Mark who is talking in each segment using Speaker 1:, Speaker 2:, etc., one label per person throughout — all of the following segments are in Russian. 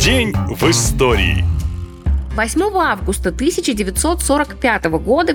Speaker 1: День в истории.
Speaker 2: 8 августа 1945 года в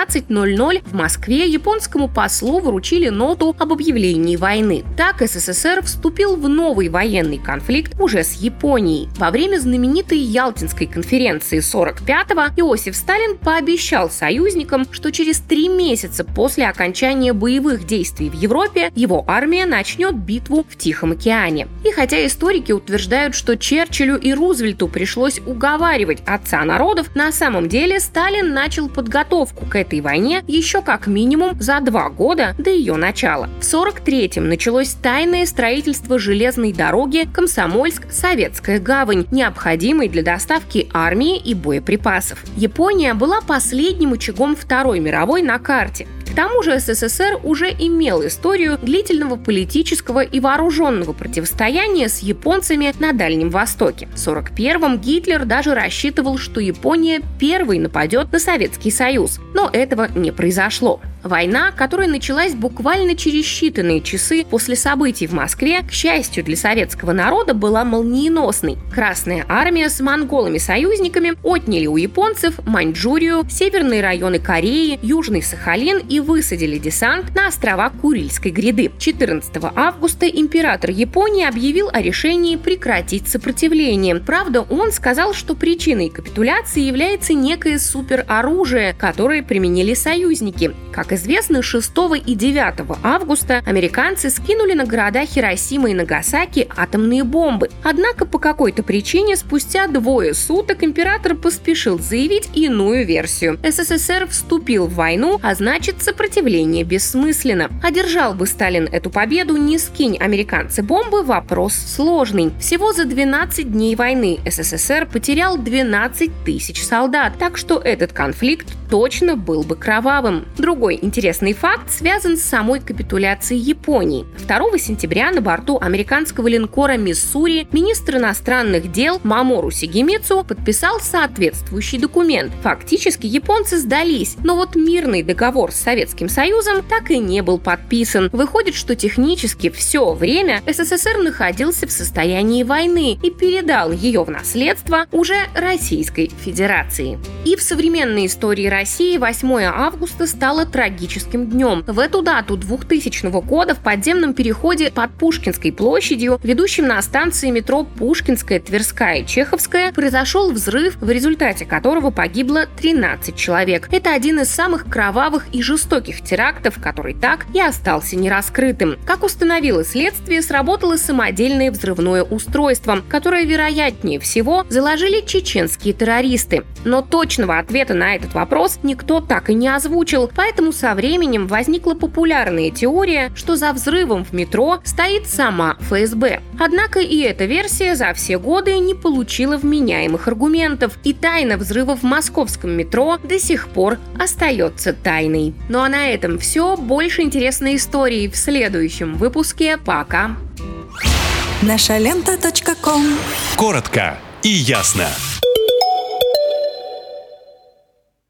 Speaker 2: 17:00 в Москве японскому послу вручили ноту об объявлении войны. Так СССР вступил в новый военный конфликт уже с Японией. Во время знаменитой Ялтинской конференции 1945-го Иосиф Сталин пообещал союзникам, что через 3 месяца после окончания боевых действий в Европе его армия начнет битву в Тихом океане. И хотя историки утверждают, что Черчиллю и Рузвельту пришлось уговаривать отца народов, на самом деле Сталин начал подготовку к этой войне еще как минимум за 2 года до ее начала. В 1943-м началось тайное строительство железной дороги Комсомольск-Советская гавань, необходимой для доставки армии и боеприпасов. Япония была последним очагом Второй мировой на карте. К тому же СССР уже имел историю длительного политического и вооруженного противостояния с японцами на Дальнем Востоке. В 1941-м Гитлер даже рассчитывал, что Япония первой нападет на Советский Союз, но этого не произошло. Война, которая началась буквально через считанные часы после событий в Москве, к счастью для советского народа, была молниеносной. Красная армия с монголами-союзниками отняли у японцев Маньчжурию, северные районы Кореи, Южный Сахалин и высадили десант на острова Курильской гряды. 14 августа император Японии объявил о решении прекратить сопротивление. Правда, он сказал, что причиной капитуляции является некое супероружие, которое применили союзники. Как известно, 6 и 9 августа американцы скинули на города Хиросима и Нагасаки атомные бомбы. Однако по какой-то причине спустя 2 суток император поспешил заявить иную версию. СССР вступил в войну, а значит, сопротивление бессмысленно. Одержал бы Сталин эту победу, не скинь американцы бомбы, вопрос сложный. Всего за 12 дней войны СССР потерял 12 тысяч солдат, так что этот конфликт точно был бы кровавым. Другой интересный факт связан с самой капитуляцией Японии. 2 сентября на борту американского линкора «Миссури» министр иностранных дел Мамору Сигемицу подписал соответствующий документ. Фактически японцы сдались, но вот мирный договор с Советским Союзом так и не был подписан. Выходит, что технически все время СССР находился в состоянии войны и передал ее в наследство уже Российской Федерации. И в современной истории России 8 августа стало трагическим днем. В эту дату 2000 года в подземном переходе под Пушкинской площадью, ведущем на станции метро Пушкинская, Тверская и Чеховская, произошел взрыв, в результате которого погибло 13 человек. Это один из самых кровавых и жестоких терактов, который так и остался нераскрытым. Как установило следствие, сработало самодельное взрывное устройство, которое, вероятнее всего, заложили чеченские террористы. Но точного ответа на этот вопрос никто так и не озвучил, поэтому со временем возникла популярная теория, что за взрывом в метро стоит сама ФСБ. Однако и эта версия за все годы не получила вменяемых аргументов, и тайна взрыва в московском метро до сих пор остается тайной. Ну а на этом все. Больше интересной истории в следующем выпуске. Пока!
Speaker 3: Нашалента.ком.
Speaker 1: Коротко и ясно.